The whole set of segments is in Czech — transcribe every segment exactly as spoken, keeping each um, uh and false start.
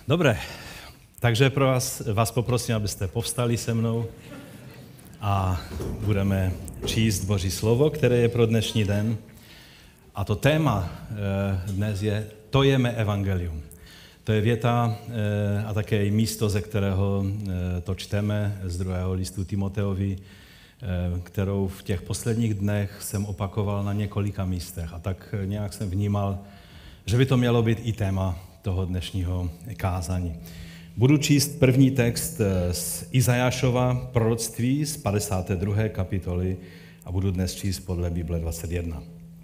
Dobré, takže pro vás, vás poprosím, abyste povstali se mnou a budeme číst Boží slovo, které je pro dnešní den. A to téma dnes je To je mé evangelium. To je věta a také i místo, ze kterého to čteme, z druhého listu Timoteovi, kterou v těch posledních dnech jsem opakoval na několika místech. A tak nějak jsem vnímal, že by to mělo být i téma toho dnešního kázání. Budu číst první text z Izajášova proroctví z padesáté druhé kapitoly a budu dnes číst podle Bible dvacet jedna.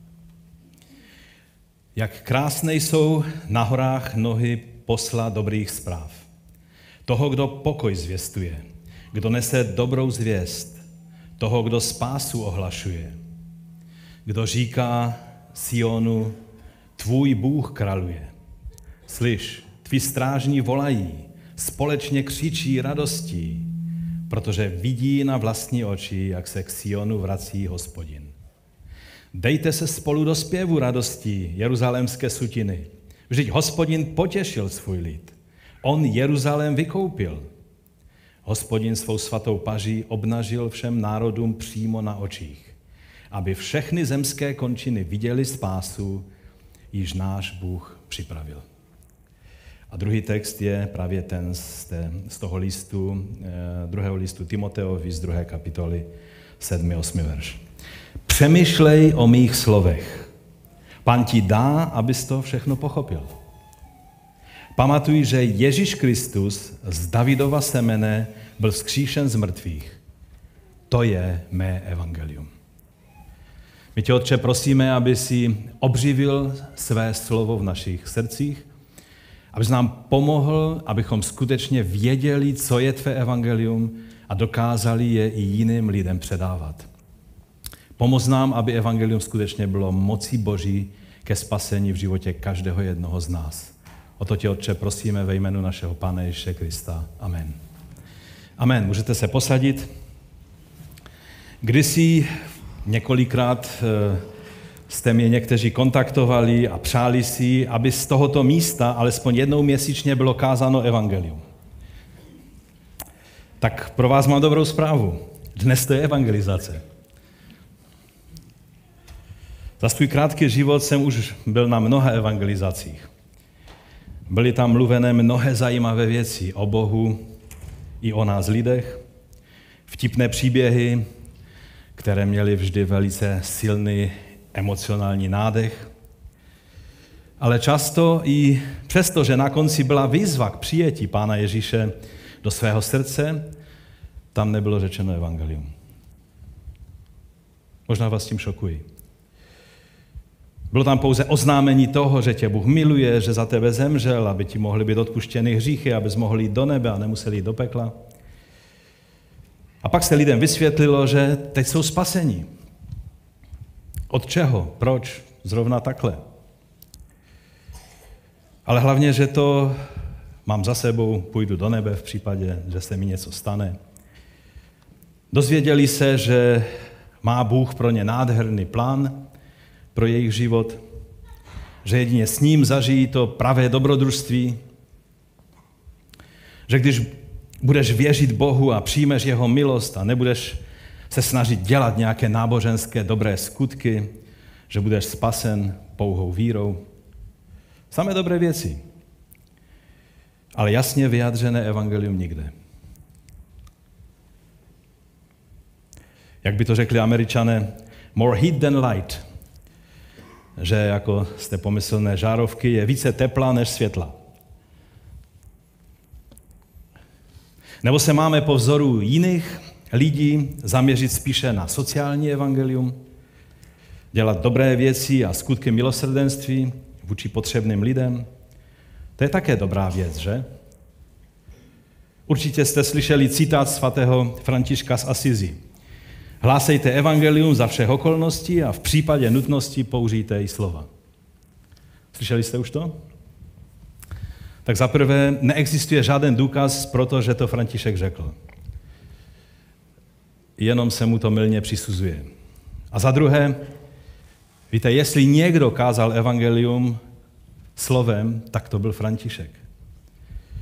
Jak krásné jsou na horách nohy posla dobrých zpráv. Toho, kdo pokoj zvěstuje, kdo nese dobrou zvěst, toho, kdo spásu ohlašuje, kdo říká Sionu, tvůj Bůh králuje. Slyš, tví strážní volají, společně křičí radostí, protože vidí na vlastní oči, jak se k Sionu vrací Hospodin. Dejte se spolu do zpěvu radostí, jeruzalémské sutiny. Vždyť Hospodin potěšil svůj lid. On Jeruzalém vykoupil. Hospodin svou svatou paží obnažil všem národům přímo na očích, aby všechny zemské končiny viděli spásu, již náš Bůh připravil. A druhý text je právě ten z, té, z toho listu, eh, druhého listu Timoteovi z druhé kapitoly, sedmý, osmý verš. Přemýšlej o mých slovech. Pán ti dá, abys to všechno pochopil. Pamatuj, že Ježíš Kristus z Davidova semene byl vzkříšen z mrtvých. To je mé evangelium. My tě, Otče, prosíme, aby si obživil své slovo v našich srdcích, abys nám pomohl, abychom skutečně věděli, co je tvé evangelium a dokázali je i jiným lidem předávat. Pomoz nám, aby evangelium skutečně bylo mocí Boží ke spasení v životě každého jednoho z nás. O to tě, Otče, prosíme ve jménu našeho Pána Ježíše Krista. Amen. Amen. Můžete se posadit. Kdysi několikrát jste mě někteří kontaktovali a přáli si, aby z tohoto místa alespoň jednou měsíčně bylo kázáno evangelium. Tak pro vás mám dobrou zprávu. Dnes to je evangelizace. Za svůj krátký život jsem už byl na mnoha evangelizacích. Byly tam mluvené mnohé zajímavé věci o Bohu i o nás lidech, vtipné příběhy, které měly vždy velice silný emocionální nádech. Ale často i přesto, že na konci byla výzva k přijetí Pána Ježíše do svého srdce, tam nebylo řečeno evangelium. Možná vás tím šokuji. Bylo tam pouze oznámení toho, že tě Bůh miluje, že za tebe zemřel, aby ti mohly být odpuštěny hříchy, abys mohl jít do nebe a nemuseli jít do pekla. A pak se lidem vysvětlilo, že teď jsou spaseni. Od čeho? Proč? Zrovna takhle. Ale hlavně, že to mám za sebou, půjdu do nebe v případě, že se mi něco stane. Dozvěděli se, že má Bůh pro ně nádherný plán pro jejich život, že jedině s ním zažijí to pravé dobrodružství, že když budeš věřit Bohu a přijmeš jeho milost a nebudeš se snažit dělat nějaké náboženské dobré skutky, že budeš spasen pouhou vírou. Samé dobré věci. Ale jasně vyjádřené evangelium nikde. Jak by to řekli Američané, more heat than light. Že jako jste pomyslné žárovky je více tepla než světla. Nebo se máme po vzoru jiných lidí zaměřit spíše na sociální evangelium, dělat dobré věci a skutky milosrdenství vůči potřebným lidem. To je také dobrá věc, že? Určitě jste slyšeli citát svatého Františka z Asisi. Hlásejte evangelium za všech okolností a v případě nutnosti použijte i slova. Slyšeli jste už to? Tak za prvé, neexistuje žádný důkaz pro to, že to František řekl. Jenom se mu to mylně přisuzuje. A za druhé, víte, jestli někdo kázal evangelium slovem, tak to byl František.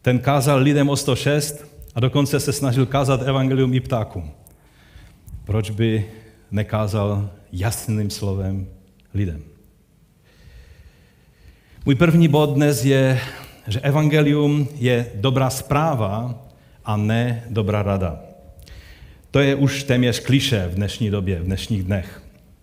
ten kázal lidem o sto šest a dokonce se snažil kázat evangelium i ptákům. Proč by nekázal jasným slovem lidem? Můj první bod dnes je, že evangelium je dobrá zpráva a ne dobrá rada. To je už téměř klišé v dnešní době, v dnešních dnech.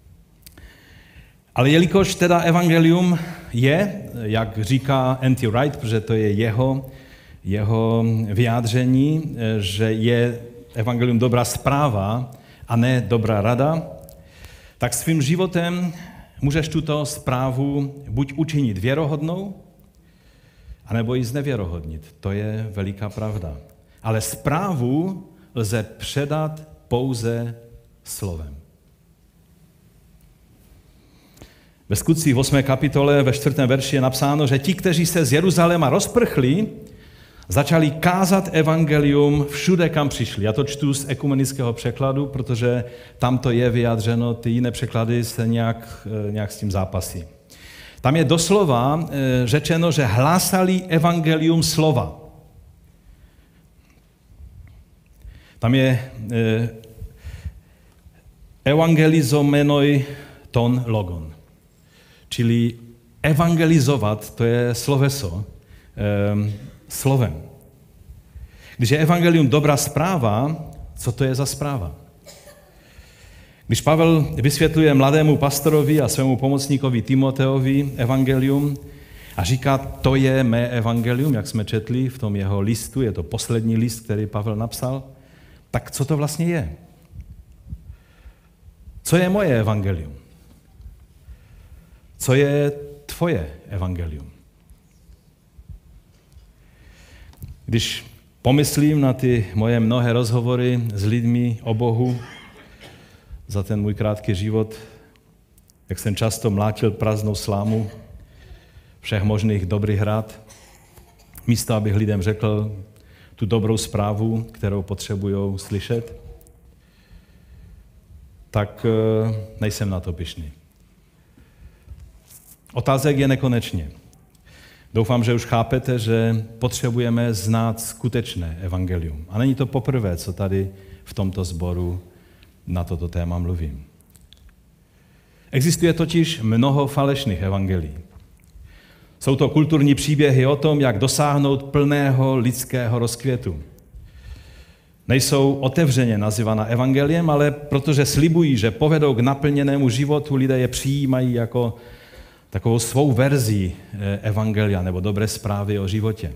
Ale jelikož teda evangelium je, jak říká N T Wright, protože to je jeho, jeho vyjádření, že je evangelium dobrá zpráva a ne dobrá rada, tak svým životem můžeš tuto zprávu buď učinit věrohodnou, anebo ji znevěrohodnit. To je veliká pravda. Ale zprávu lze předat pouze slovem. Ve Skutcích v osmé kapitole ve čtvrtém verši je napsáno, že ti, kteří se z Jeruzaléma rozprchli, začali kázat evangelium všude, kam přišli. Já to čtu z ekumenického překladu, protože tam to je vyjádřeno, ty jiné překlady se nějak, nějak s tím zápasí. Tam je doslova řečeno, že hlásali evangelium slova. Tam je evangelizomenoi ton logon. Čili evangelizovat, to je sloveso, eh, slovem. Když je evangelium dobrá zpráva, co to je za zpráva? Když Pavel vysvětluje mladému pastorovi a svému pomocníkovi Timoteovi evangelium a říká, to je mé evangelium, jak jsme četli v tom jeho listu, je to poslední list, který Pavel napsal, tak co to vlastně je? Co je moje evangelium? Co je tvoje evangelium? Když pomyslím na ty moje mnohé rozhovory s lidmi o Bohu za ten můj krátký život, jak jsem často mlátil prázdnou slámu všech možných dobrých rad, místo abych lidem řekl tu dobrou zprávu, kterou potřebují slyšet, tak nejsem na to pyšný. Otázek je nekonečně. Doufám, že už chápete, že potřebujeme znát skutečné evangelium. A není to poprvé, co tady v tomto sboru na toto téma mluvím. Existuje totiž mnoho falešných evangelií. Jsou to kulturní příběhy o tom, jak dosáhnout plného lidského rozkvětu. Nejsou otevřeně nazývána evangeliem, ale protože slibují, že povedou k naplněnému životu, lidé je přijímají jako takovou svou verzi evangelia nebo dobré zprávy o životě.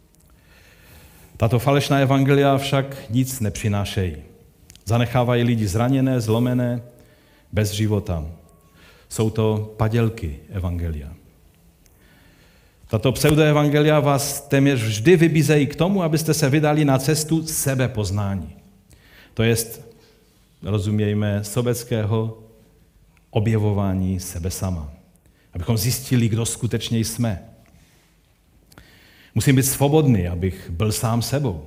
Tato falešná evangelia však nic nepřinášejí. Zanechávají lidi zraněné, zlomené, bez života. Jsou to padělky evangelia. Tato pseudoevangelia vás téměř vždy vybízejí k tomu, abyste se vydali na cestu sebepoznání. To jest, rozumějme, sobeckého objevování sebe sama. Abychom zjistili, kdo skutečně jsme. Musím být svobodný, abych byl sám sebou.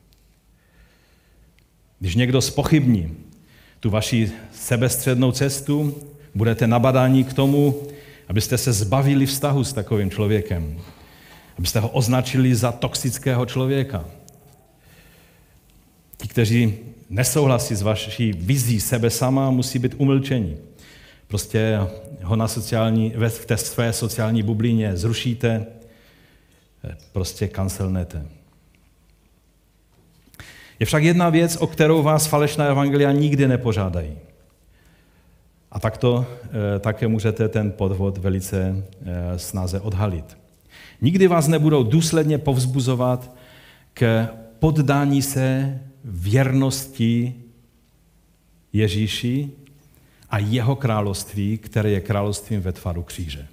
Když někdo zpochybní tu vaši sebestřednou cestu, budete nabadáni k tomu, abyste se zbavili vztahu s takovým člověkem. Abyste ho označili za toxického člověka. Ti, kteří nesouhlasí s vaší vizí sebe sama, musí být umlčeni. Prostě ho na sociální, v té své sociální bublině zrušíte, prostě cancelnete. Je však jedna věc, o kterou vás falešná evangelia nikdy nepožádají. A takto e, také můžete ten podvod velice e, snáze odhalit. Nikdy vás nebudou důsledně povzbuzovat k poddání se věrnosti Ježíši a jeho království, které je královstvím ve tvaru kříže.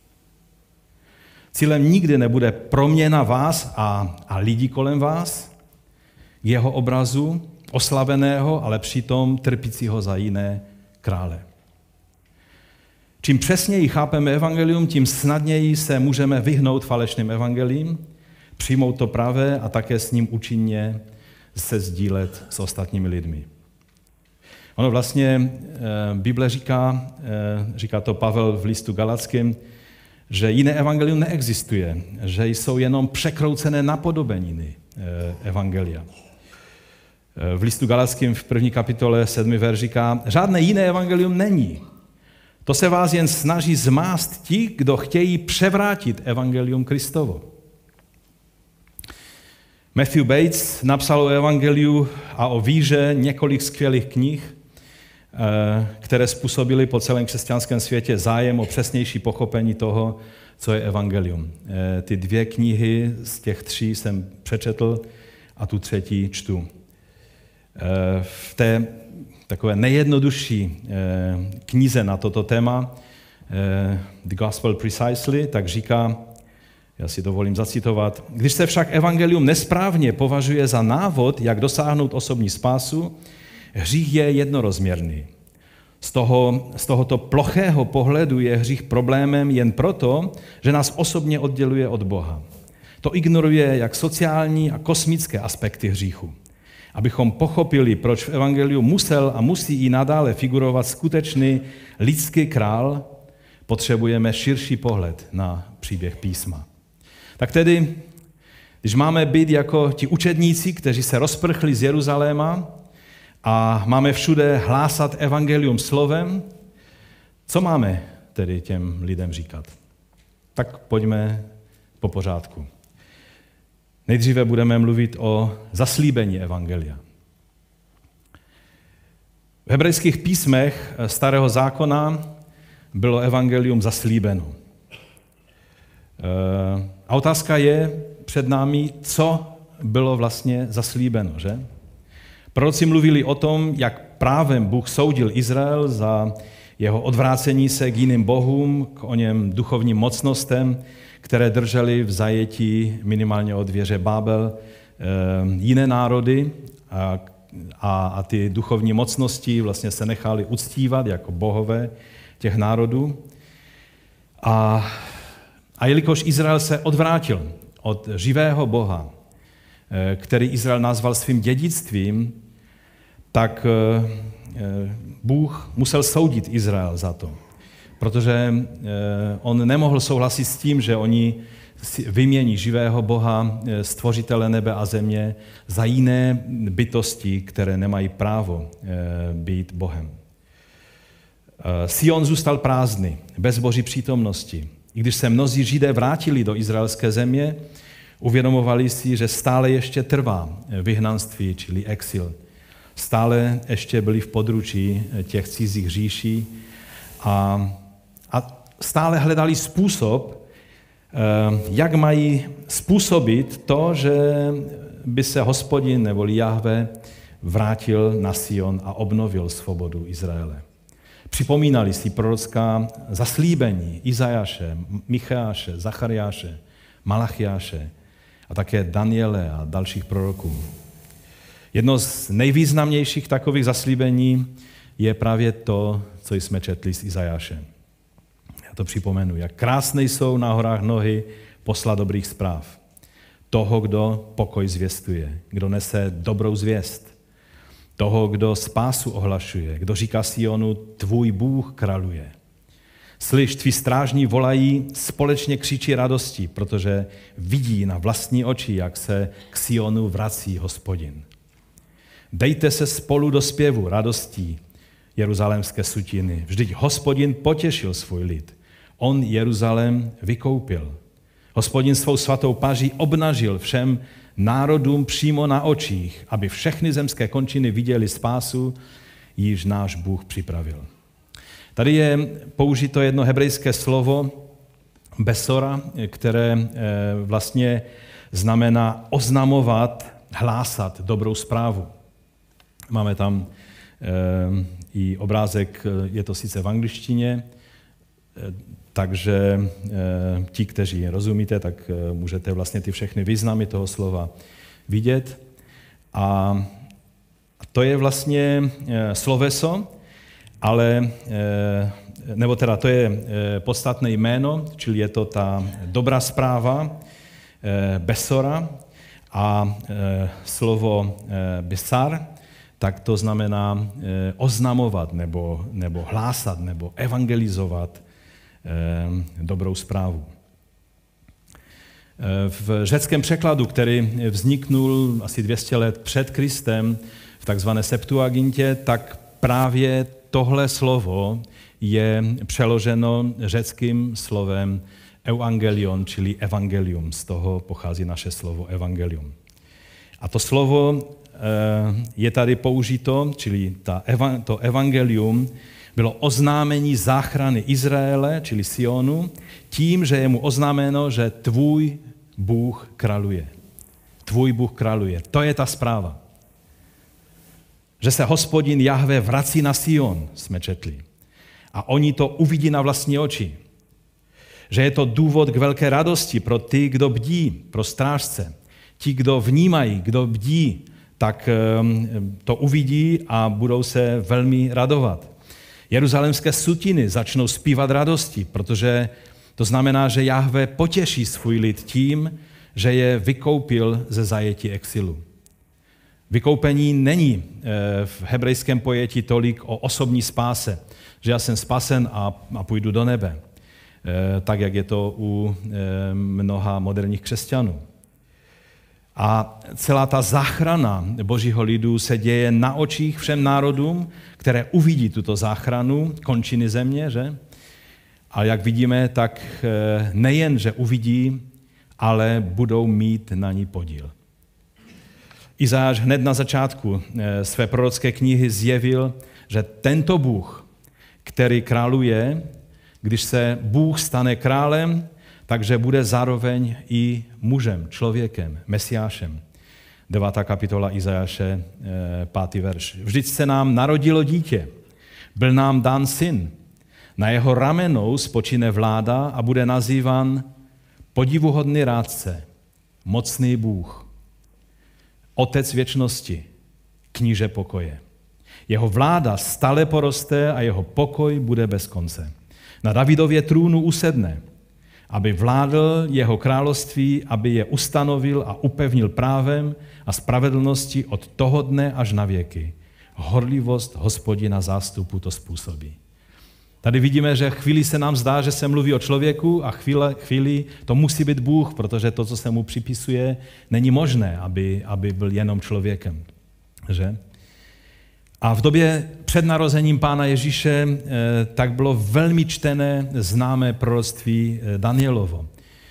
Cílem nikdy nebude proměna vás a, a lidí kolem vás, jeho obrazu, oslaveného, ale přitom trpícího za jiné krále. Čím přesněji chápeme evangelium, tím snadněji se můžeme vyhnout falešným evangelím, přijmout to pravé a také s ním účinně se sdílet s ostatními lidmi. Ono vlastně, Bible říká, říká to Pavel v listu Galackým, že jiné evangelium neexistuje, že jsou jenom překroucené napodobeniny evangelia. V listu Galatským v první kapitole sedmý verš říká, žádné jiné evangelium není. To se vás jen snaží zmást ti, kdo chtějí převrátit evangelium Kristovo. Matthew Bates napsal o evangeliu a o víře několik skvělých knih, které způsobily po celém křesťanském světě zájem o přesnější pochopení toho, co je evangelium. Ty dvě knihy z těch tří jsem přečetl a tu třetí čtu. V té takové nejjednodušší knize na toto téma, The Gospel Precisely, tak říká, já si dovolím zacitovat, když se však evangelium nesprávně považuje za návod, jak dosáhnout osobní spásu, hřích je jednorozměrný. Z, toho, z tohoto plochého pohledu je hřích problémem jen proto, že nás osobně odděluje od Boha. To ignoruje jak sociální a kosmické aspekty hříchu. Abychom pochopili, proč v evangeliu musel a musí i nadále figurovat skutečný lidský král, potřebujeme širší pohled na příběh písma. Tak tedy, když máme být jako ti učedníci, kteří se rozprchli z Jeruzaléma a máme všude hlásat evangelium slovem, co máme tedy těm lidem říkat? Tak pojďme po pořádku. Nejdříve budeme mluvit o zaslíbení evangelia. V hebrejských písmech Starého zákona bylo evangelium zaslíbeno. A otázka je před námi, co bylo vlastně zaslíbeno, že? Proroci mluvili o tom, jak právem Bůh soudil Izrael za jeho odvrácení se k jiným bohům, k oněm duchovním mocnostem, které drželi v zajetí minimálně od věže Bábel jiné národy a, a, a ty duchovní mocnosti vlastně se nechali uctívat jako bohové těch národů. A, a jelikož Izrael se odvrátil od živého Boha, který Izrael nazval svým dědictvím, tak Bůh musel soudit Izrael za to. Protože on nemohl souhlasit s tím, že oni vymění živého Boha, stvořitele nebe a země, za jiné bytosti, které nemají právo být Bohem. Sion zůstal prázdný, bez Boží přítomnosti. I když se mnozí Židé vrátili do izraelské země, uvědomovali si, že stále ještě trvá vyhnanství, čili exil. Stále ještě byli v područí těch cizích říší a, a stále hledali způsob, jak mají způsobit to, že by se Hospodin neboli Jahve vrátil na Sion a obnovil svobodu Izraele. Připomínali si prorocká zaslíbení Izajáše, Micheáše, Zachariáše, Malachiáše a také Daniele a dalších proroků. Jedno z nejvýznamnějších takových zaslíbení je právě to, co jsme četli z Izajáše. Já to připomenu. Jak krásné jsou na horách nohy posla dobrých zpráv. Toho, kdo pokoj zvěstuje, kdo nese dobrou zvěst. Toho, kdo spásu ohlašuje, kdo říká Sionu, tvůj Bůh králuje. Slyš, tví strážní volají, společně křičí radostí, protože vidí na vlastní oči, jak se k Sionu vrací Hospodin. Dejte se spolu do zpěvu radostí, jeruzalémské sutiny. Vždyť Hospodin potěšil svůj lid. On Jeruzalém vykoupil. Hospodin svou svatou paží obnažil všem národům přímo na očích, aby všechny zemské končiny viděli spásu, již náš Bůh připravil. Tady je použito jedno hebrejské slovo besora, které vlastně znamená oznamovat, hlásat dobrou zprávu. Máme tam i obrázek, je to sice v angličtině, takže ti, kteří rozumíte, tak můžete vlastně ty všechny významy toho slova vidět. A to je vlastně sloveso, ale, nebo teda to je podstatné jméno, čili je to ta dobrá zpráva, besora, a slovo besar, tak to znamená oznamovat, nebo, nebo hlásat, nebo evangelizovat dobrou zprávu. V řeckém překladu, který vzniknul asi dvě stě let před Kristem v takzvané Septuagintě, tak právě tohle slovo je přeloženo řeckým slovem euangelion, čili evangelium. Z toho pochází naše slovo evangelium. A to slovo je tady použito, čili ta, to evangelium bylo oznámení záchrany Izraele, čili Sionu, tím, že je mu oznámeno, že tvůj Bůh králuje. Tvůj Bůh králuje. To je ta zpráva. Že se Hospodin Jahve vrací na Sion, jsme četli. A oni to uvidí na vlastní oči. Že je to důvod k velké radosti pro ty, kdo bdí, pro strážce. Ti, kdo vnímají, kdo bdí, tak to uvidí a budou se velmi radovat. Jeruzalémské sutiny začnou zpívat radosti, protože to znamená, že Jahve potěší svůj lid tím, že je vykoupil ze zajetí exilu. Vykoupení není v hebrejském pojetí tolik o osobní spáse, že já jsem spasen a, a půjdu do nebe, tak jak je to u mnoha moderních křesťanů. A celá ta záchrana Božího lidu se děje na očích všem národům, které uvidí tuto záchranu, končiny země, že? A jak vidíme, tak nejen, že uvidí, ale budou mít na ní podíl. Izajáš hned na začátku své prorocké knihy zjevil, že tento Bůh, který králuje, když se Bůh stane králem, takže bude zároveň i mužem, člověkem, mesiášem. Devátá kapitola Izajáše, pátý verš. Vždyť se nám narodilo dítě, byl nám dán syn. Na jeho ramenou spočine vláda a bude nazývan podivuhodný rádce, mocný Bůh, Otec věčnosti, kníže pokoje. Jeho vláda stále poroste a jeho pokoj bude bez konce. Na Davidově trůnu usedne, aby vládl jeho království, aby je ustanovil a upevnil právem a spravedlností od toho dne až na věky. Horlivost Hospodina zástupu to způsobí. Tady vidíme, že chvíli se nám zdá, že se mluví o člověku a chvíli, chvíli to musí být Bůh, protože to, co se mu připisuje, není možné, aby, aby byl jenom člověkem. Že? A v době před narozením Pána Ježíše tak bylo velmi čtené známé proroctví Danielovo.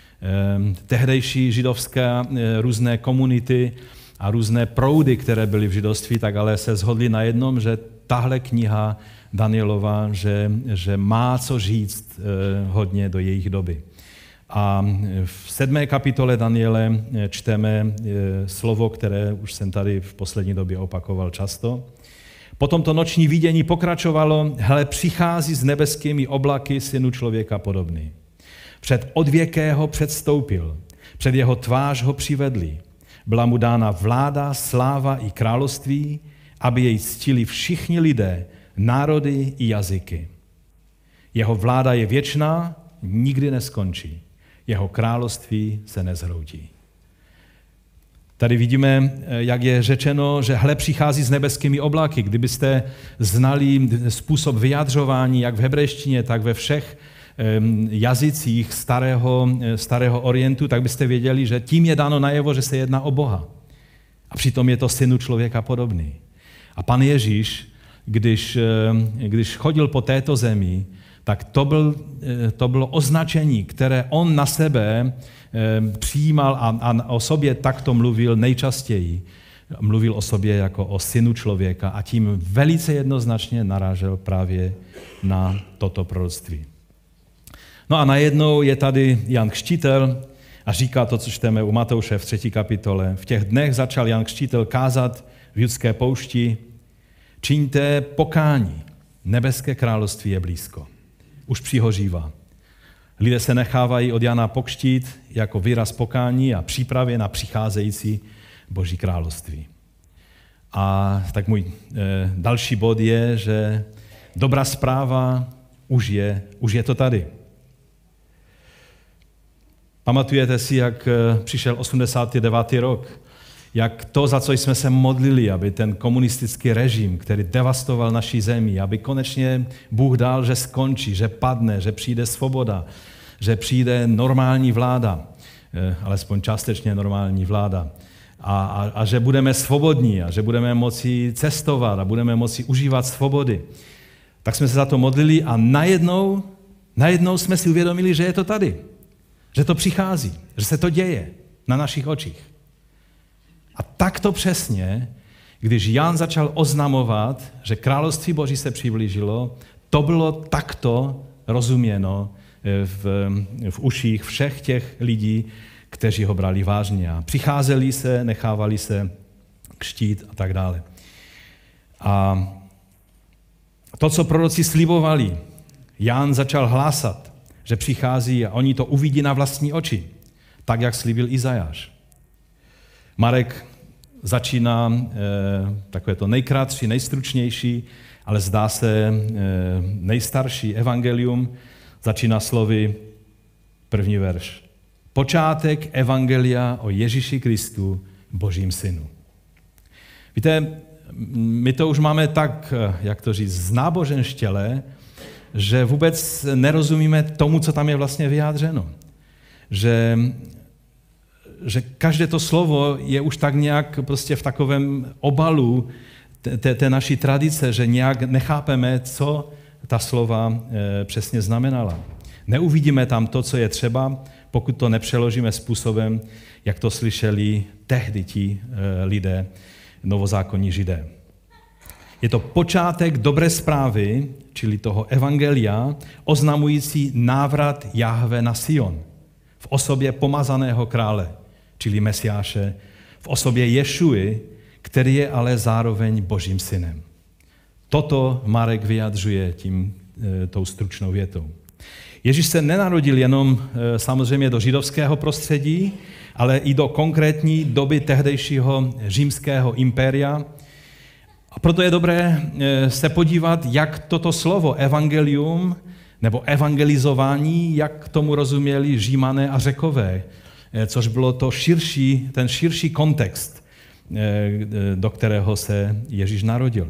Tehdejší židovské různé komunity a různé proudy, které byly v židovství, tak ale se shodly na jednom, že tahle kniha Danielova, že, že má co říct hodně do jejich doby. A v sedmé kapitole Daniele čteme slovo, které už jsem tady v poslední době opakoval často. Potom to noční vidění pokračovalo, hle, přichází s nebeskými oblaky synu člověka podobný. Před odvěkého předstoupil, před jeho tvář ho přivedli. Byla mu dána vláda, sláva i království, aby jej ctili všichni lidé, národy i jazyky. Jeho vláda je věčná, nikdy neskončí. Jeho království se nezhroutí. Tady vidíme, jak je řečeno, že hle přichází s nebeskými oblaky. Kdybyste znali způsob vyjadřování, jak v hebrejštině, tak ve všech jazycích starého, starého orientu, tak byste věděli, že tím je dáno najevo, že se jedná o Boha. A přitom je to synu člověka podobný. A pan Ježíš, když, když chodil po této zemi, tak to, byl, to bylo označení, které on na sebe přijímal a, a o sobě takto mluvil nejčastěji. Mluvil o sobě jako o synu člověka a tím velice jednoznačně narážel právě na toto proroctví. No a najednou je tady Jan Křtitel a říká to, co čteme u Matouše v třetí kapitole. V těch dnech začal Jan Křtitel kázat v judské poušti: čiňte pokání, nebeské království je blízko. Už přihořívá. Lidé se nechávají od Jana pokřtít jako výraz pokání a přípravě na přicházející Boží království. A tak můj e, další bod je, že dobrá zpráva už je, už je to tady. Pamatujete si, jak přišel osmdesátý devátý rok, jak to, za co jsme se modlili, aby ten komunistický režim, který devastoval naši zemi, aby konečně Bůh dal, že skončí, že padne, že přijde svoboda, že přijde normální vláda, alespoň částečně normální vláda, a, a, a že budeme svobodní a že budeme moci cestovat a budeme moci užívat svobody. Tak jsme se za to modlili a najednou, najednou jsme si uvědomili, že je to tady, že to přichází, že se to děje na našich očích. A takto přesně, když Jan začal oznamovat, že království Boží se přiblížilo, to bylo takto rozuměno v, v uších všech těch lidí, kteří ho brali vážně. A přicházeli se, nechávali se křtít a tak dále. A to, co proroci slibovali, Jan začal hlásat, že přichází a oni to uvidí na vlastní oči, tak, jak slíbil Izajáš. Marek začíná eh, takové to nejkrátší, nejstručnější, ale zdá se eh, nejstarší evangelium. Začíná slovy první verš. Počátek evangelia o Ježíši Kristu, Božím synu. Víte, my to už máme tak, jak to říct, znáboženštěle, že vůbec nerozumíme tomu, co tam je vlastně vyjádřeno. Že že každé to slovo je už tak nějak prostě v takovém obalu té, té naší tradice, že nějak nechápeme, co ta slova e, přesně znamenala. Neuvidíme tam to, co je třeba, pokud to nepřeložíme způsobem, jak to slyšeli tehdy ti e, lidé, novozákonní Židé. Je to počátek dobré zprávy, čili toho evangelia, oznamující návrat Jahve na Sion v osobě pomazaného krále, čili Mesiáše, v osobě Ješuji, který je ale zároveň Božím synem. Toto Marek vyjadřuje tím, tou stručnou větou. Ježíš se nenarodil jenom samozřejmě do židovského prostředí, ale i do konkrétní doby tehdejšího římského impéria. A proto je dobré se podívat, jak toto slovo evangelium nebo evangelizování, jak tomu rozuměli Římané a Řekové, což bylo to širší, ten širší kontext, do kterého se Ježíš narodil.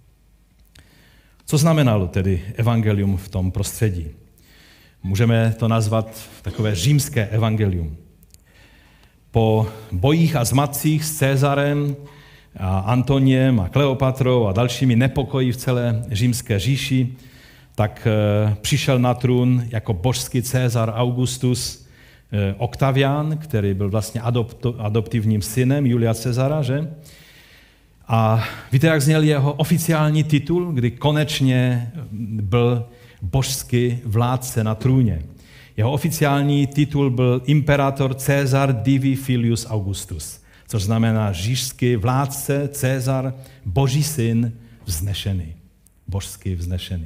Co znamenalo tedy evangelium v tom prostředí? Můžeme to nazvat takové římské evangelium. Po bojích a zmatcích s Cezarem a Antoniem a Kleopatrou a dalšími nepokoji v celé římské říši, tak přišel na trůn jako božský Cezar Augustus Octavian, který byl vlastně adoptivním synem Julia Cezara, že? A víte, jak zněl jeho oficiální titul, kdy konečně byl božský vládce na trůně. Jeho oficiální titul byl Imperator Caesar Divi Filius Augustus, což znamená říšský vládce Cezar, boží syn, vznešený. Božský vznešený.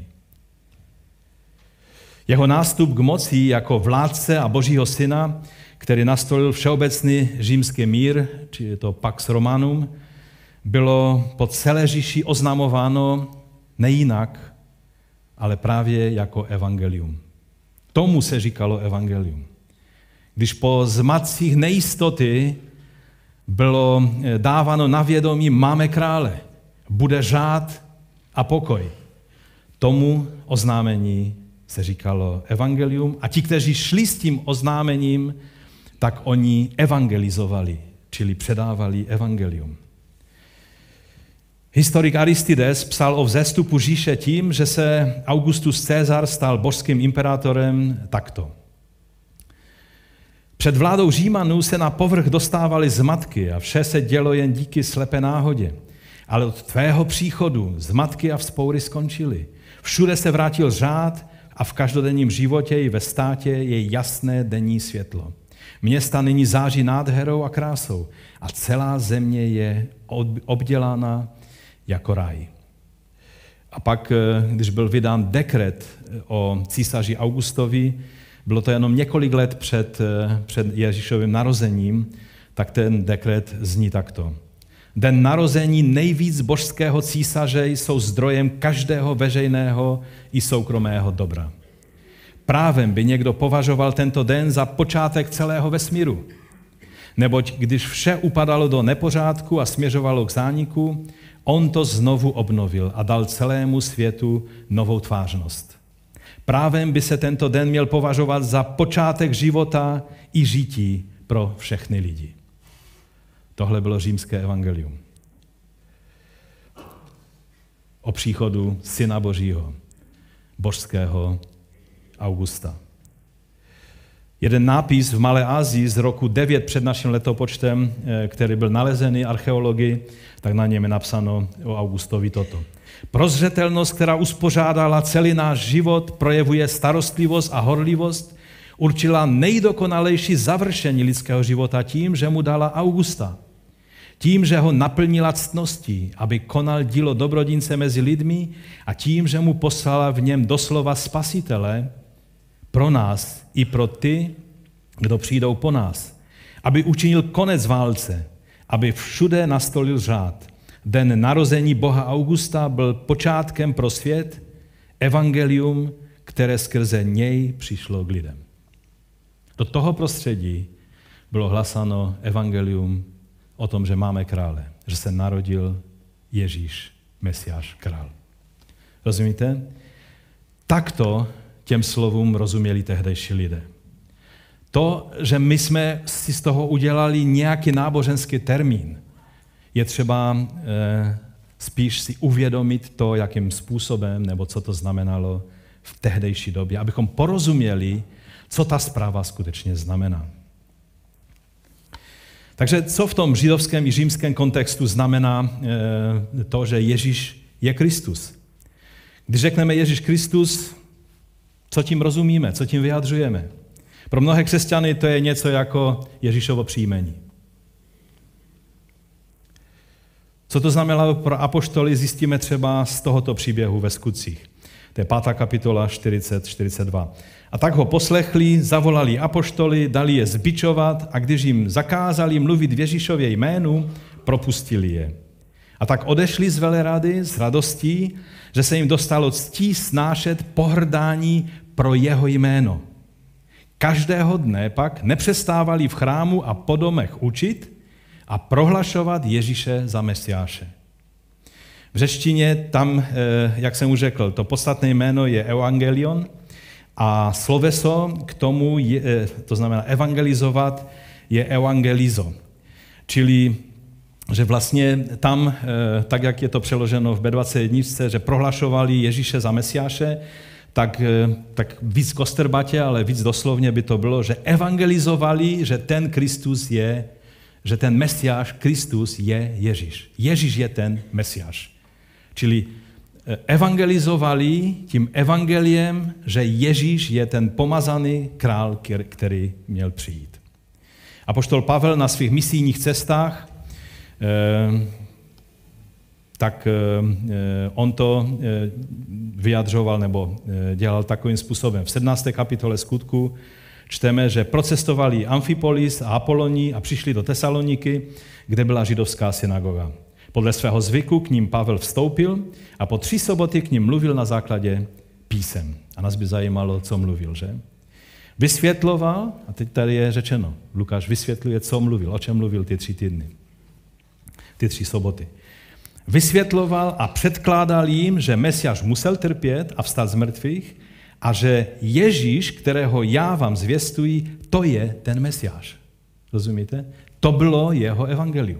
Jeho nástup k moci jako vládce a božího syna, který nastolil všeobecný římský mír, či je to Pax Romanum, bylo po celé říši oznamováno nejinak, ale právě jako evangelium. Tomu se říkalo evangelium. Když po zmatcích nejistoty bylo dáváno na vědomí, máme krále, bude řád a pokoj. Tomu oznámení se říkalo evangelium a ti, kteří šli s tím oznámením, tak oni evangelizovali, čili předávali evangelium. Historik Aristides psal o vzestupu říše tím, že se Augustus Cezar stal božským imperátorem takto. Před vládou Římanů se na povrch dostávaly zmatky a vše se dělo jen díky slepé náhodě. Ale od tvého příchodu zmatky a vzpoury skončily. Všude se vrátil řád a v každodenním životě i ve státě je jasné denní světlo. Města nyní září nádherou a krásou a celá země je obdělána jako ráj. A pak, když byl vydán dekret o císaři Augustovi, bylo to jenom několik let před, před Ježíšovým narozením, tak ten dekret zní takto. Den narození nejvíc božského císaře jsou zdrojem každého veřejného i soukromého dobra. Právem by někdo považoval tento den za počátek celého vesmíru. Neboť když vše upadalo do nepořádku a směřovalo k zániku, on to znovu obnovil a dal celému světu novou tvářnost. Právem by se tento den měl považovat za počátek života i žití pro všechny lidi. Tohle bylo římské evangelium. O příchodu Syna Božího, božského Augusta. Jeden nápis v Malé Asii z roku devět před naším letopočtem, který byl nalezený archeology, tak na něm je napsáno o Augustovi toto. Prozřetelnost, která uspořádala celý náš život, projevuje starostlivost a horlivost, určila nejdokonalejší završení lidského života tím, že mu dala Augusta. Tím, že ho naplnila ctností, aby konal dílo dobrodince mezi lidmi a tím, že mu poslala v něm doslova spasitele pro nás i pro ty, kdo přijdou po nás. Aby učinil konec válce, aby všude nastolil řád. Den narození Boha Augusta byl počátkem pro svět, evangelium, které skrze něj přišlo k lidem. Do toho prostředí bylo hlasáno evangelium o tom, že máme krále, že se narodil Ježíš, Mesiáš, král. Rozumíte? Takto těm slovům rozuměli tehdejší lidé. To, že my jsme si z toho udělali nějaký náboženský termín, je třeba eh, spíš si uvědomit to, jakým způsobem, nebo co to znamenalo v tehdejší době, abychom porozuměli, co ta zpráva skutečně znamená. Takže co v tom židovském i římském kontextu znamená eh, to, že Ježíš je Kristus? Když řekneme Ježíš Kristus, co tím rozumíme, co tím vyjadřujeme? Pro mnohé křesťany to je něco jako Ježíšovo příjmení. Co to znamenalo pro apoštoly, zjistíme třeba z tohoto příběhu ve Skutcích. To je pátá kapitola čtyřicet čtyřicet dva. A tak ho poslechli, zavolali apoštoly, dali je zbičovat a když jim zakázali mluvit v Ježíšově jménu, propustili je. A tak odešli z velerady s radostí, že se jim dostalo ctí snášet pohrdání pro jeho jméno. Každého dne pak nepřestávali v chrámu a po domech učit a prohlašovat Ježíše za Mesiáše. V řečtině tam, jak jsem už řekl, to podstatné jméno je evangelion a sloveso k tomu, je, to znamená evangelizovat, je evangelizo. Čili, že vlastně tam, tak jak je to přeloženo v bé dvacet jedna, že prohlašovali Ježíše za Mesiáše, tak, tak víc kostrbatě, ale víc doslovně by to bylo, že evangelizovali, že ten Kristus je, že ten Mesiáš, Kristus je Ježíš. Ježíš je ten Mesiáš. Čili evangelizovali tím evangeliem, že Ježíš je ten pomazaný král, který měl přijít. Apoštol Pavel na svých misijních cestách, tak on to vyjadřoval nebo dělal takovým způsobem. V sedmnácté kapitole Skutku čteme, že procestovali Amfipolis a Apolonii a přišli do Tesaloniky, kde byla židovská synagoga. Podle svého zvyku k ním Pavel vstoupil a po tři soboty k ním mluvil na základě písem. A nás by zajímalo, co mluvil, že? Vysvětloval, a teď tady je řečeno, Lukáš vysvětluje, co mluvil, o čem mluvil ty tři týdny, ty tři soboty. Vysvětloval a předkládal jim, že Mesiáš musel trpět a vstát z mrtvých a že Ježíš, kterého já vám zvěstuji, to je ten Mesiáš. Rozumíte? To bylo jeho evangelium.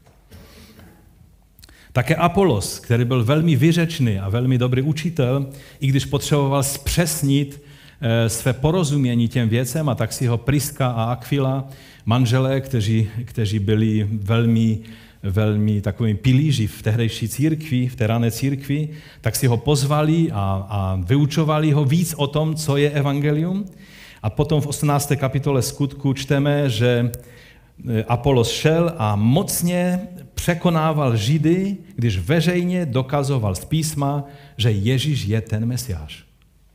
Také Apolos, který byl velmi vyřečný a velmi dobrý učitel, i když potřeboval zpřesnit své porozumění těm věcem, a tak si ho Priska a Aquila, manželé, kteří, kteří byli velmi, velmi takovými pilíři v tehdejší církvi, v té rané církvi, tak si ho pozvali a, a vyučovali ho víc o tom, co je evangelium. A potom v osmnácté kapitole Skutku čteme, že Apolos šel a mocně překonával Židy, když veřejně dokazoval z písma, že Ježíš je ten Mesiáš.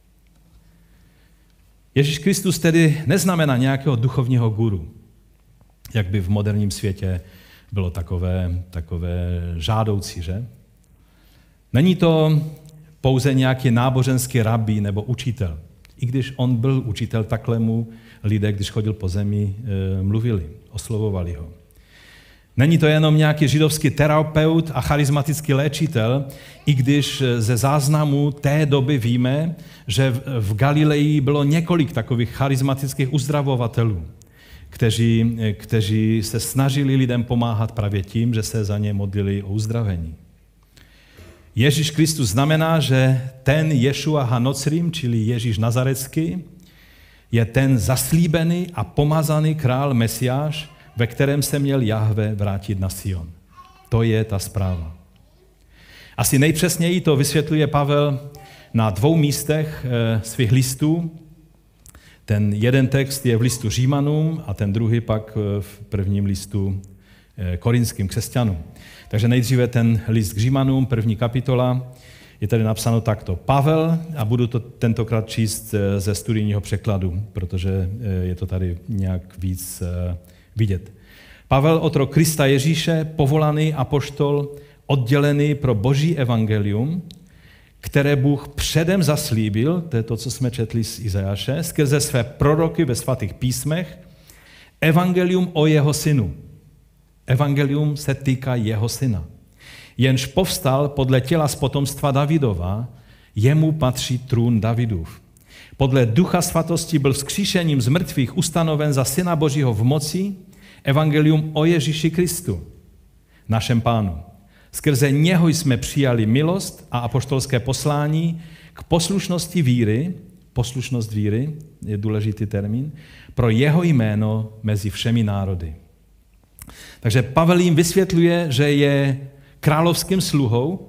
Ježíš Kristus tedy neznamená nějakého duchovního guru, jak by v moderním světě bylo takové, takové žádoucí, že? Není to pouze nějaký náboženský rabí nebo učitel. I když on byl učitel, takhle mu lidé, když chodil po zemi, mluvili, oslovovali ho. Není to jenom nějaký židovský terapeut a charismatický léčitel, i když ze záznamů té doby víme, že v Galileji bylo několik takových charismatických uzdravovatelů, kteří, kteří se snažili lidem pomáhat právě tím, že se za ně modlili o uzdravení. Ježíš Kristus znamená, že ten Ješua Hanocrim, čili Ježíš Nazarecký, je ten zaslíbený a pomazaný král Mesiáš, ve kterém se měl Jahve vrátit na Sion. To je ta zpráva. Asi nejpřesněji to vysvětluje Pavel na dvou místech svých listů. Ten jeden text je v listu Římanům a ten druhý pak v prvním listu korinským křesťanům. Takže nejdříve ten list k Římanům, první kapitola, je tady napsáno takto. Pavel, a budu to tentokrát číst ze studijního překladu, protože je to tady nějak víc vidět. Pavel, otrok Krista Ježíše, povolaný apoštol, oddělený pro boží evangelium, které Bůh předem zaslíbil, to je to, co jsme četli z Izajáše, skrze své proroky ve svatých písmech, evangelium o jeho synu. Evangelium se týká jeho syna. Jenž povstal podle těla z potomstva Davidova, jemu patří trůn Davidův. Podle ducha svatosti byl vzkříšením z mrtvých ustanoven za syna Božího v moci, evangelium o Ježíši Kristu, našem Pánu. Skrze něho jsme přijali milost a apoštolské poslání k poslušnosti víry, poslušnost víry je důležitý termín, pro jeho jméno mezi všemi národy. Takže Pavel jim vysvětluje, že je královským sluhou,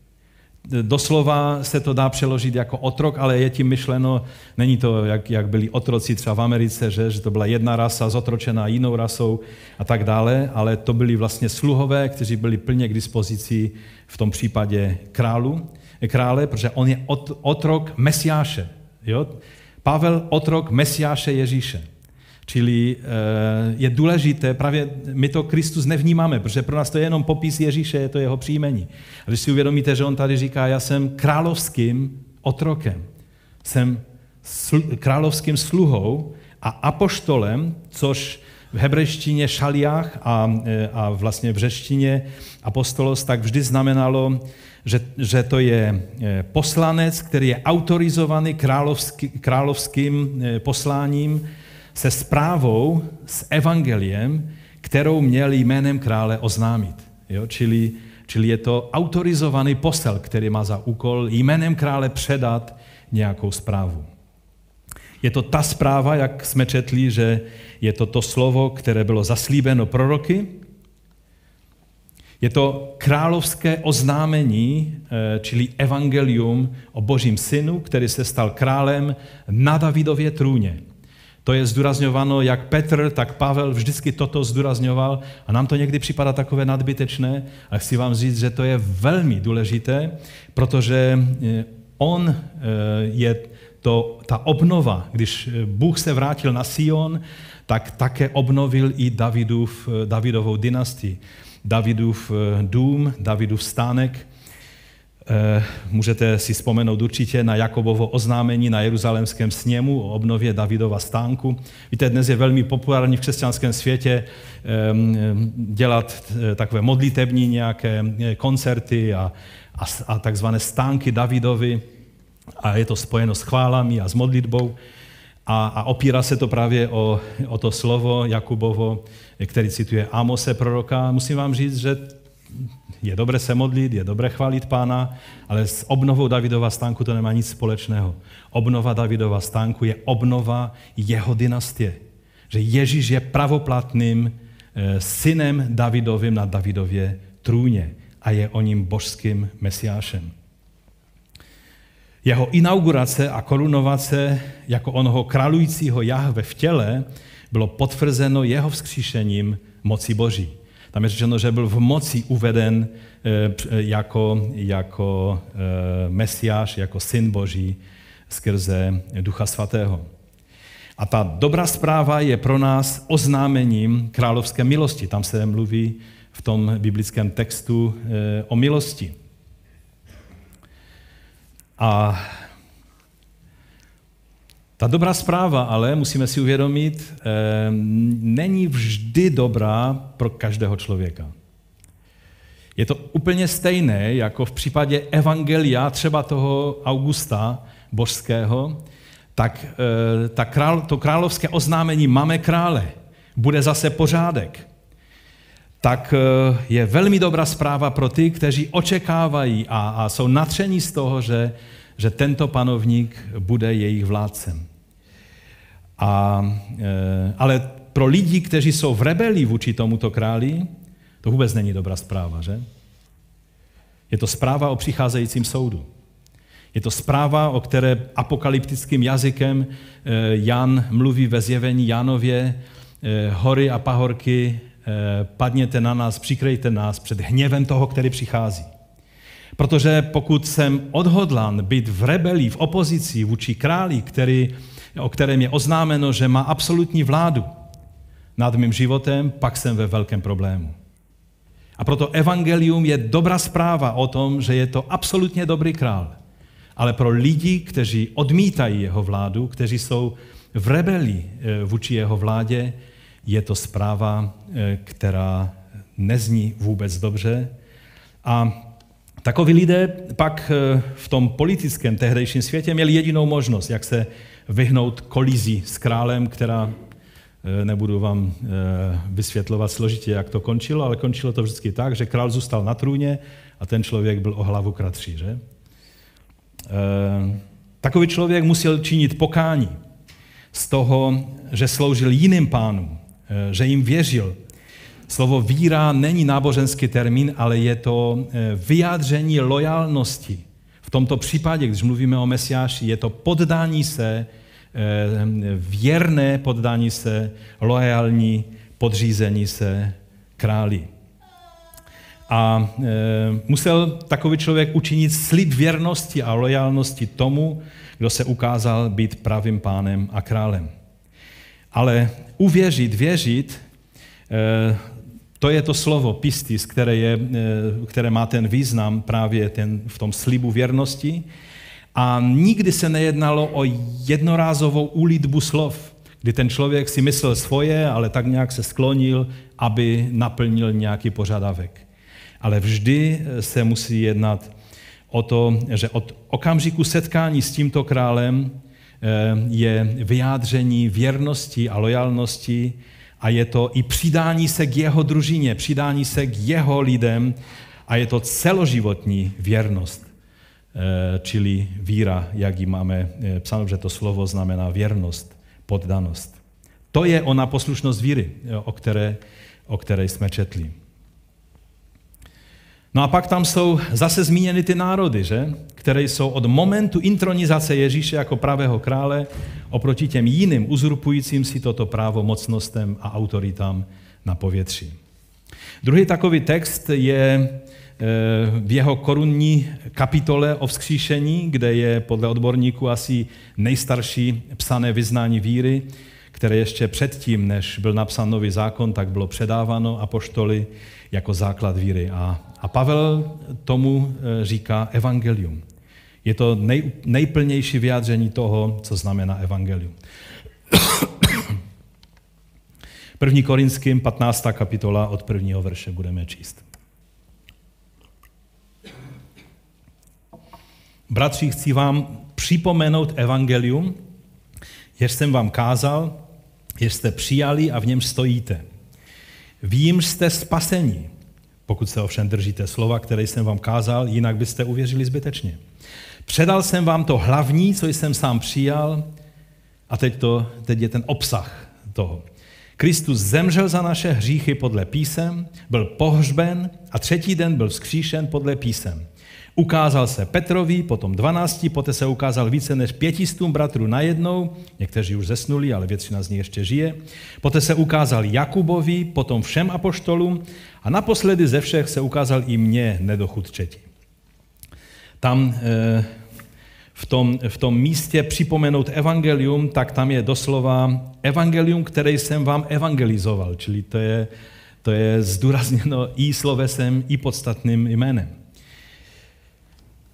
doslova se to dá přeložit jako otrok, ale je tím myšleno, není to, jak, jak byli otroci třeba v Americe, že, že to byla jedna rasa zotročená jinou rasou a tak dále, ale to byli vlastně sluhové, kteří byli plně k dispozici v tom případě králu, krále, protože on je ot, otrok Mesiáše. Jo? Pavel otrok Mesiáše Ježíše. Čili je důležité, právě my to Kristus nevnímáme, protože pro nás to je jenom popis Ježíše, je to jeho příjmení. A když si uvědomíte, že on tady říká, já jsem královským otrokem, jsem sl- královským sluhou a apoštolem, což v hebrejštině šaliách a, a vlastně v řečtině apostolos tak vždy znamenalo, že, že to je poslanec, který je autorizovaný královský, královským posláním, se zprávou, s evangeliem, kterou měl jménem krále oznámit. Jo? Čili, čili je to autorizovaný posel, který má za úkol jménem krále předat nějakou zprávu. Je to ta zpráva, jak jsme četli, že je to to slovo, které bylo zaslíbeno proroky. Je to královské oznámení, čili evangelium o Božím synu, který se stal králem na Davidově trůně. To je zdůrazňováno, jak Petr, tak Pavel vždycky toto zdůrazňoval a nám to někdy připadá takové nadbytečné, ale chci vám říct, že to je velmi důležité, protože on je to, ta obnova, když Bůh se vrátil na Sion, tak také obnovil i Davidův, Davidovou dynastii. Davidův dům, Davidův stánek. Můžete si vzpomenout určitě na Jakobovo oznámení na Jeruzalémském sněmu o obnově Davidova stánku. Víte, dnes je velmi populární v křesťanském světě dělat takové modlitební nějaké koncerty a, a, a takzvané stánky Davidovy a je to spojeno s chválami a s modlitbou a, a opírá se to právě o, o to slovo Jakubovo, který cituje Amose proroka. Musím vám říct, že je dobré se modlit, je dobré chválit Pána, ale s obnovou Davidova stánku to nemá nic společného. Obnova Davidova stánku je obnova jeho dynastie. Že Ježíš je pravoplatným synem Davidovým na Davidově trůně a je o ním božským mesiášem. Jeho inaugurace a korunovace jako onoho králujícího Jahve v těle bylo potvrzeno jeho vzkříšením moci Boží. Tam je řečeno, že byl v moci uveden jako, jako mesiáš, jako syn Boží skrze Ducha Svatého. A ta dobrá zpráva je pro nás oznámením královské milosti. Tam se mluví v tom biblickém textu o milosti. A Ta dobrá zpráva ale, musíme si uvědomit, není vždy dobrá pro každého člověka. Je to úplně stejné, jako v případě evangelia, třeba toho Augusta Božského, tak ta král, to královské oznámení máme krále, bude zase pořádek. Tak je velmi dobrá zpráva pro ty, kteří očekávají a, a jsou nadšení z toho, že, že tento panovník bude jejich vládcem. A, ale pro lidi, kteří jsou v rebelii vůči tomuto králi, to vůbec není dobrá zpráva, že? Je to zpráva o přicházejícím soudu. Je to zpráva, o které apokalyptickým jazykem Jan mluví ve zjevení Janově, hory a pahorky, padněte na nás, přikrejte nás před hněvem toho, který přichází. Protože pokud jsem odhodlán být v rebelii, v opozici vůči králi, který, o kterém je oznámeno, že má absolutní vládu nad mým životem, pak jsem ve velkém problému. A proto evangelium je dobrá zpráva o tom, že je to absolutně dobrý král. Ale pro lidi, kteří odmítají jeho vládu, kteří jsou v rebelii vůči jeho vládě, je to zpráva, která nezní vůbec dobře. A takoví lidé pak v tom politickém tehdejším světě měli jedinou možnost, jak se vyhnout kolizi s králem, která, nebudu vám vysvětlovat složitě, jak to končilo, ale končilo to vždycky tak, že král zůstal na trůně a ten člověk byl o hlavu kratší. Že? Takový člověk musel činit pokání z toho, že sloužil jiným pánům, že jim věřil. Slovo víra není náboženský termín, ale je to vyjádření lojalnosti. V tomto případě, když mluvíme o Mesiáši, je to poddání se, věrné poddání se, loajální podřízení se králi. A e, musel takový člověk učinit slib věrnosti a lojalnosti tomu, kdo se ukázal být pravým pánem a králem. Ale uvěřit, věřit, e, to je to slovo pistis, které, je, e, které má ten význam právě ten, v tom slibu věrnosti. A nikdy se nejednalo o jednorázovou úlitbu slov, kdy ten člověk si myslel svoje, ale tak nějak se sklonil, aby naplnil nějaký požadavek. Ale vždy se musí jednat o to, že od okamžiku setkání s tímto králem je vyjádření věrnosti a lojalnosti a je to i přidání se k jeho družině, přidání se k jeho lidem a je to celoživotní věrnost, čili víra, jak ji máme psáno, že to slovo znamená věrnost, poddanost. To je ona poslušnost víry, o které, o které jsme četli. No a pak tam jsou zase zmíněny ty národy, že? Které jsou od momentu intronizace Ježíše jako pravého krále oproti těm jiným uzurpujícím si toto právo mocnostem a autoritám na povětří. Druhý takový text je v jeho korunní kapitole o vzkříšení, kde je podle odborníků asi nejstarší psané vyznání víry, které ještě předtím, než byl napsán nový zákon, tak bylo předáváno apoštoly jako základ víry. A, a Pavel tomu říká evangelium. Je to nej, nejplnější vyjádření toho, co znamená evangelium. První Korinským, patnáctá kapitola, od prvního verše budeme číst. Bratři, chci vám připomenout evangelium, jež jsem vám kázal, jež jste přijali a v něm stojíte. V jímž jste spaseni, pokud se ovšem držíte slova, které jsem vám kázal, jinak byste uvěřili zbytečně. Předal jsem vám to hlavní, co jsem sám přijal, a teď, to, teď je ten obsah toho. Kristus zemřel za naše hříchy podle písem, byl pohřben a třetí den byl vzkříšen podle písem. Ukázal se Petrovi, potom dvanácti, poté se ukázal více než pětistům bratrů najednou, někteří už zesnuli, ale většina z nich ještě žije. Poté se ukázal Jakubovi, potom všem apoštolům a naposledy ze všech se ukázal i mně, nedochudčeti. Tam v tom, v tom místě připomenout evangelium, tak tam je doslova evangelium, které jsem vám evangelizoval, čili to je, to je zdůrazněno i slovesem, i podstatným jménem.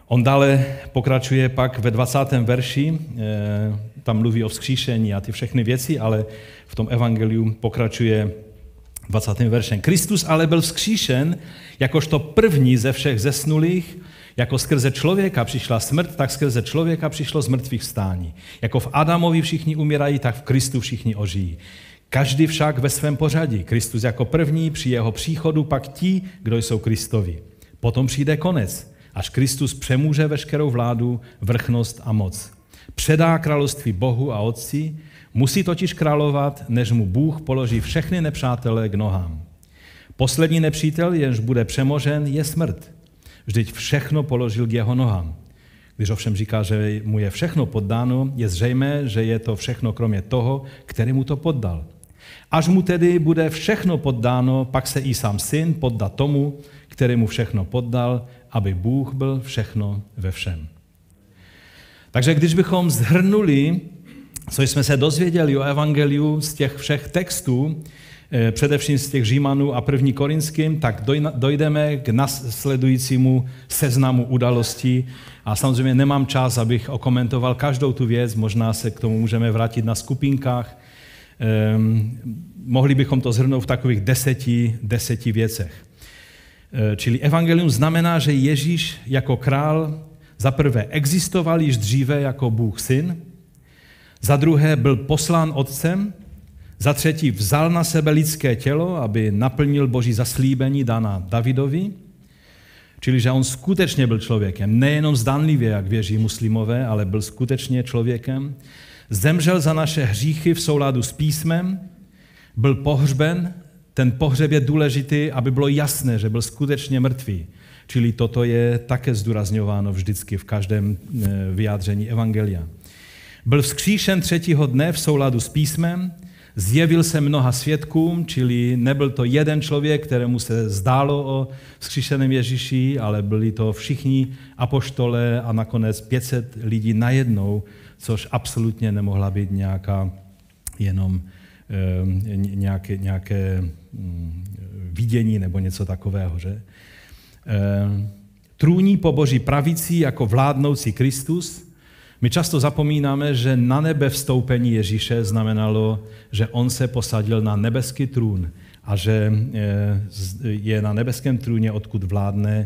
On dále pokračuje pak ve dvacátém verši, tam mluví o vzkříšení a ty všechny věci, ale v tom evangeliu pokračuje dvacátým veršem. Kristus ale byl vzkříšen jakožto první ze všech zesnulých, jako skrze člověka přišla smrt, tak skrze člověka přišlo z mrtvých vstání. Jako v Adamovi všichni umírají, tak v Kristu všichni ožijí. Každý však ve svém pořadí. Kristus jako první, při jeho příchodu pak ti, kdo jsou Kristovi. Potom přijde konec, až Kristus přemůže veškerou vládu, vrchnost a moc. Předá království Bohu a Otci, musí totiž královat, než mu Bůh položí všechny nepřátele k nohám. Poslední nepřítel, jenž bude přemožen, je smrt. Vždyť všechno položil k jeho nohám. Když ovšem říká, že mu je všechno poddáno, je zřejmé, že je to všechno kromě toho, který mu to poddal. Až mu tedy bude všechno poddáno, pak se i sám syn poddá tomu, který mu všechno poddal, aby Bůh byl všechno ve všem. Takže když bychom shrnuli, co jsme se dozvěděli o evangeliu z těch všech textů, především z těch Římanů a první Korinským, tak dojdeme k následujícímu seznamu událostí. A samozřejmě nemám čas, abych okomentoval každou tu věc, možná se k tomu můžeme vrátit na skupinkách. Ehm, mohli bychom to shrnout v takových deseti, deseti věcech. E, čili evangelium znamená, že Ježíš jako král za prvé existoval již dříve jako Bůh syn, za druhé byl poslán Otcem, za třetí vzal na sebe lidské tělo, aby naplnil Boží zaslíbení daná Davidovi, čili že on skutečně byl člověkem, nejenom zdánlivě, jak věří muslimové, ale byl skutečně člověkem. Zemřel za naše hříchy v souladu s písmem, byl pohřben, ten pohřeb je důležitý, aby bylo jasné, že byl skutečně mrtvý. Čili toto je také zdůrazňováno vždycky v každém vyjádření evangelia. Byl vzkříšen třetího dne v souladu s písmem, zjevil se mnoha svědkům, čili nebyl to jeden člověk, kterému se zdálo o vzkříšeném Ježíši, ale byli to všichni apoštole a nakonec pět set lidí najednou, což absolutně nemohla být nějaká jenom e, nějaké, nějaké mm, vidění nebo něco takového. Že? E, trůní po Boží pravici jako vládnoucí Kristus. My často zapomínáme, že na nebe vstoupení Ježíše znamenalo, že on se posadil na nebeský trůn a že je na nebeském trůně, odkud vládne,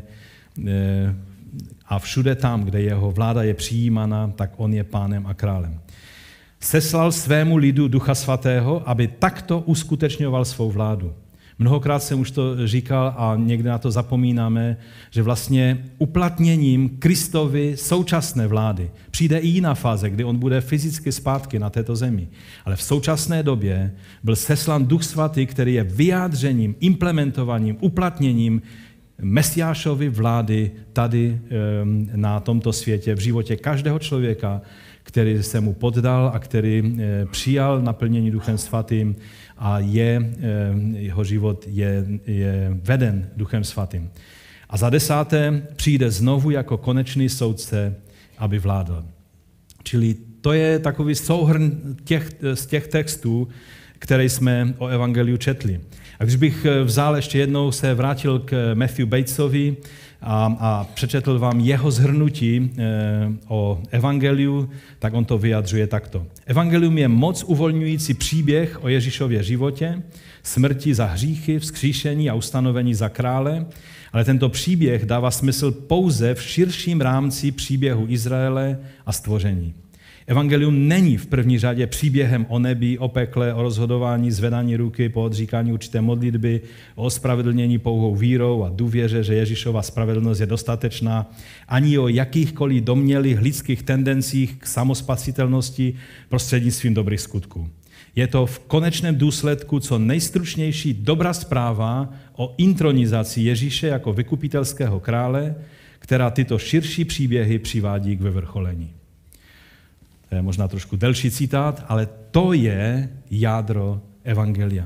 a všude tam, kde jeho vláda je přijímána, tak on je pánem a králem. Seslal svému lidu Ducha Svatého, aby takto uskutečňoval svou vládu. Mnohokrát jsem už to říkal a někdy na to zapomínáme, že vlastně uplatněním Kristovy současné vlády přijde i jiná fáze, kdy on bude fyzicky zpátky na této zemi. Ale v současné době byl seslán Duch Svatý, který je vyjádřením, implementovaním, uplatněním Mesiášovy vlády tady na tomto světě, v životě každého člověka, který se mu poddal a který přijal naplnění Duchem Svatým a je, jeho život je, je veden Duchem Svatým. A za desáté přijde znovu jako konečný soudce, aby vládl. Čili to je takový souhrn těch, z těch textů, které jsme o evangeliu četli. A když bych vzal ještě jednou se vrátil k Matthew Batesovi a, a přečetl vám jeho shrnutí e, o evangeliu, tak on to vyjadřuje takto. Evangelium je moc uvolňující příběh o Ježíšově životě, smrti za hříchy, vzkříšení a ustanovení za krále, ale tento příběh dává smysl pouze v širším rámci příběhu Izraele a stvoření. Evangelium není v první řadě příběhem o nebi, o pekle, o rozhodování, zvedání ruky po odříkání určité modlitby, o ospravedlnění pouhou vírou a důvěře, že Ježíšova spravedlnost je dostatečná, ani o jakýchkoliv domnělých lidských tendencích k samospasitelnosti prostřednictvím dobrých skutků. Je to v konečném důsledku co nejstručnější dobrá zpráva o intronizaci Ježíše jako vykupitelského krále, která tyto širší příběhy přivádí k vyvrcholení. To je možná trošku delší citát, ale to je jádro evangelia.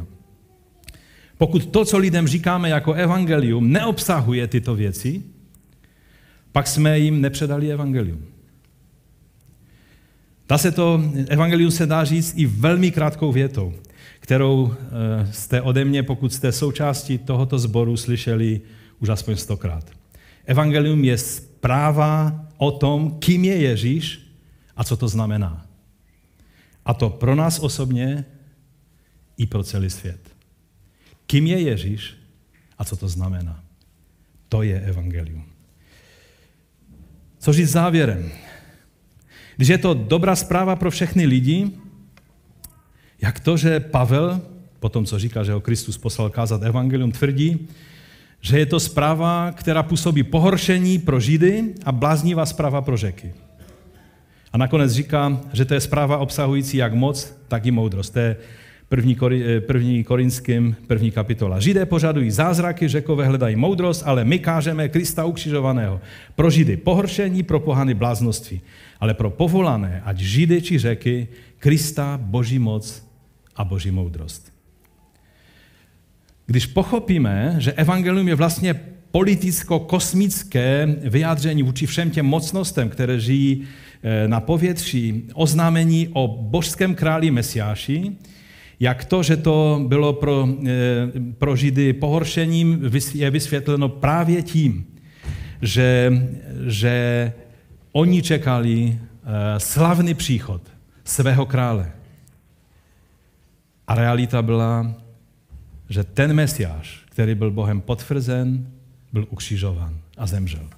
Pokud to, co lidem říkáme jako evangelium, neobsahuje tyto věci, pak jsme jim nepředali evangelium. Dá se to, evangelium se dá říct i velmi krátkou větou, kterou jste ode mě, pokud jste součástí tohoto sboru, slyšeli už aspoň stokrát. Evangelium je zpráva o tom, kým je Ježíš a co to znamená. A to pro nás osobně i pro celý svět. Kým je Ježíš a co to znamená. To je evangelium. Co říct závěrem? Když je to dobrá zpráva pro všechny lidi, jak to, že Pavel, po tom, co říká, že ho Kristus poslal kázat evangelium, tvrdí, že je to zpráva, která působí pohoršení pro Židy a bláznivá zpráva pro Řeky. A nakonec říká, že to je zpráva obsahující jak moc, tak i moudrost. To je první, první Korinským, první kapitola. Židé požadují zázraky, Řekové hledají moudrost, ale my kážeme Krista ukřižovaného. Pro Židy pohoršení, pro pohany bláznoství. Ale pro povolané, ať Židy či Řeky, Krista, Boží moc a Boží moudrost. Když pochopíme, že evangelium je vlastně politicko-kosmické vyjádření vůči všem těm mocnostem, které žijí na povětří, oznámení o božském králi Mesiáši, jak to, že to bylo pro, pro Židy pohoršením, je vysvětleno právě tím, že, že oni čekali slavný příchod svého krále. A realita byla, že ten Mesiáš, který byl Bohem potvrzen, byl ukřižován a zemřel.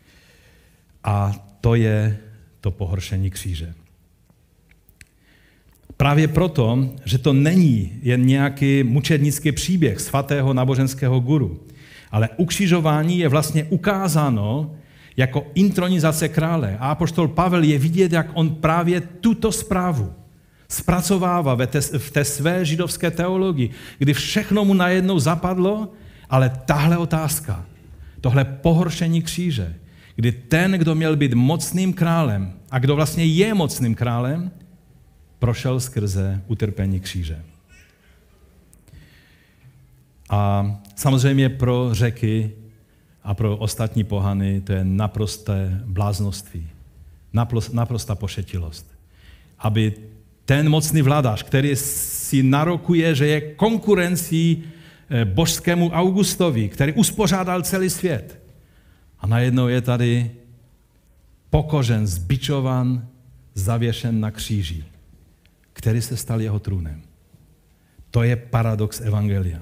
A to je to pohoršení kříže. Právě proto, že to není jen nějaký mučednický příběh svatého náboženského guru, ale ukřižování je vlastně ukázáno jako intronizace krále. A apoštol Pavel je vidět, jak on právě tuto zprávu zpracovává v té, v té své židovské teologii, kdy všechno mu najednou zapadlo, ale tahle otázka, tohle pohoršení kříže, kdy ten, kdo měl být mocným králem a kdo vlastně je mocným králem, prošel skrze utrpení kříže. A samozřejmě pro Řeky a pro ostatní pohany to je naprosté bláznoství, naprostá pošetilost. Aby ten mocný vládař, který si narokuje, že je konkurencí božskému Augustovi, který uspořádal celý svět. A najednou je tady pokořen, zbičovan, zavěšen na kříži, který se stal jeho trůnem. To je paradox evangelia.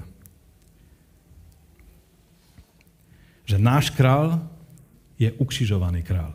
Že náš král je ukřižovaný král.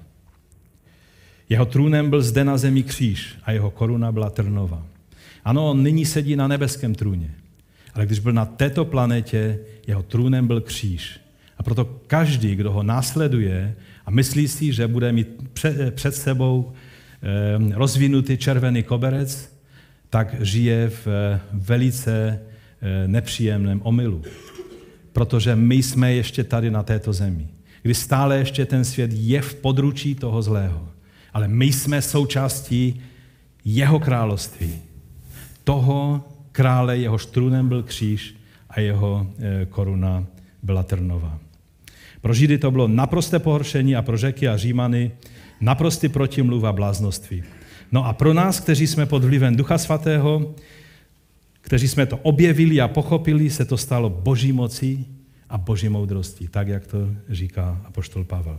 Jeho trůnem byl zde na zemi kříž a jeho koruna byla trnová. Ano, on nyní sedí na nebeském trůně, ale když byl na této planetě, jeho trůnem byl kříž. A proto každý, kdo ho následuje a myslí si, že bude mít před sebou rozvinutý červený koberec, tak žije v velice nepříjemném omylu. Protože my jsme ještě tady na této zemi, kdy stále ještě ten svět je v područí toho zlého. Ale my jsme součástí jeho království. Toho krále, jehož trůnem byl kříž a jeho koruna byla trnová. Pro Židy to bylo naprosté pohoršení a pro Řeky a Římany naprostý protimluv a bláznoství. No a pro nás, kteří jsme pod vlivem Ducha Svatého, kteří jsme to objevili a pochopili, se to stalo Boží mocí a Boží moudrostí, tak jak to říká apoštol Pavel.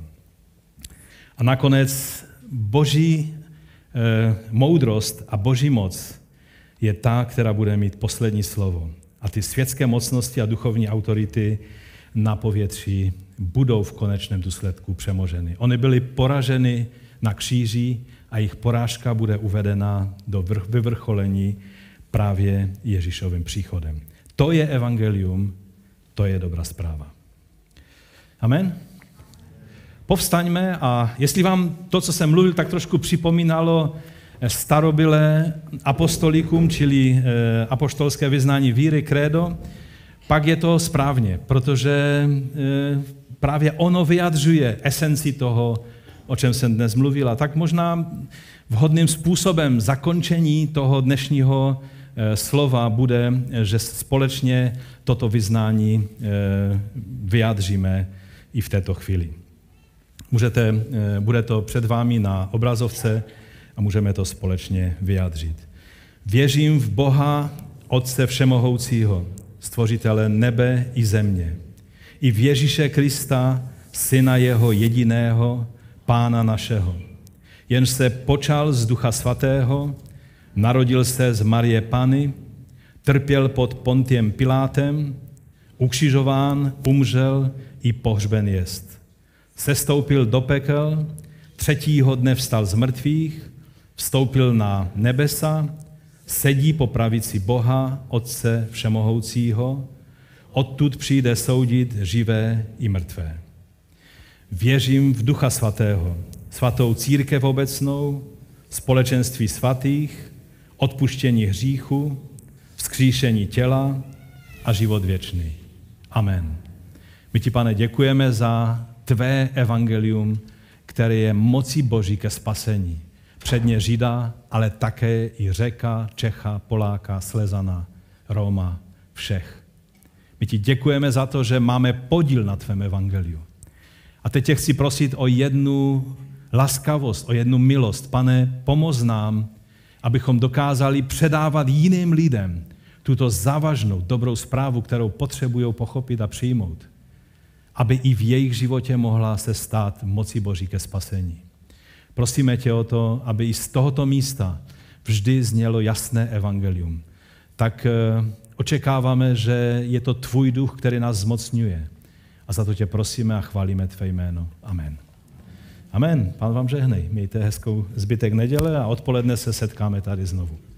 A nakonec Boží eh, moudrost a Boží moc je ta, která bude mít poslední slovo. A ty světské mocnosti a duchovní autority na povětří budou v konečném důsledku přemoženy. Ony byly poraženy na kříži a jejich porážka bude uvedena do vyvrcholení právě Ježíšovým příchodem. To je evangelium, to je dobrá zpráva. Amen? Povstaňme a jestli vám to, co jsem mluvil, tak trošku připomínalo starobylé apostolikum, čili apoštolské vyznání víry, credo, pak je to správně, protože právě ono vyjadřuje esenci toho, o čem jsem dnes mluvila. Tak možná vhodným způsobem zakončení toho dnešního slova bude, že společně toto vyznání vyjádříme i v této chvíli. Můžete, bude to před vámi na obrazovce a můžeme to společně vyjádřit. Věřím v Boha, Otce Všemohoucího, Stvořitele nebe i země, i v Ježíše Krista, Syna jeho jediného, Pána našeho. Jenž se počal z Ducha Svatého, narodil se z Marie Panny, trpěl pod Pontiem Pilátem, ukřižován, umřel i pohřben jest. Sestoupil do pekel, třetího dne vstal z mrtvých, vstoupil na nebesa, sedí po pravici Boha, Otce Všemohoucího, odtud přijde soudit živé i mrtvé. Věřím v Ducha Svatého, svatou církev obecnou, společenství svatých, odpuštění hříchu, vzkříšení těla a život věčný. Amen. My ti, Pane, děkujeme za tvé evangelium, které je mocí Boží ke spasení. Předně Žida, ale také i Řeka, Čecha, Poláka, Slezana, Roma, všech. My ti děkujeme za to, že máme podíl na tvém evangeliu. A teď tě chci prosit o jednu laskavost, o jednu milost. Pane, pomoz nám, abychom dokázali předávat jiným lidem tuto závažnou, dobrou zprávu, kterou potřebují pochopit a přijmout, aby i v jejich životě mohla se stát mocí Boží ke spasení. Prosíme tě o to, aby i z tohoto místa vždy znělo jasné evangelium. Tak očekáváme, že je to tvůj duch, který nás zmocňuje. A za to tě prosíme a chválíme tvé jméno. Amen. Amen. Pán vám žehnej. Mějte hezkou zbytek neděle a odpoledne se setkáme tady znovu.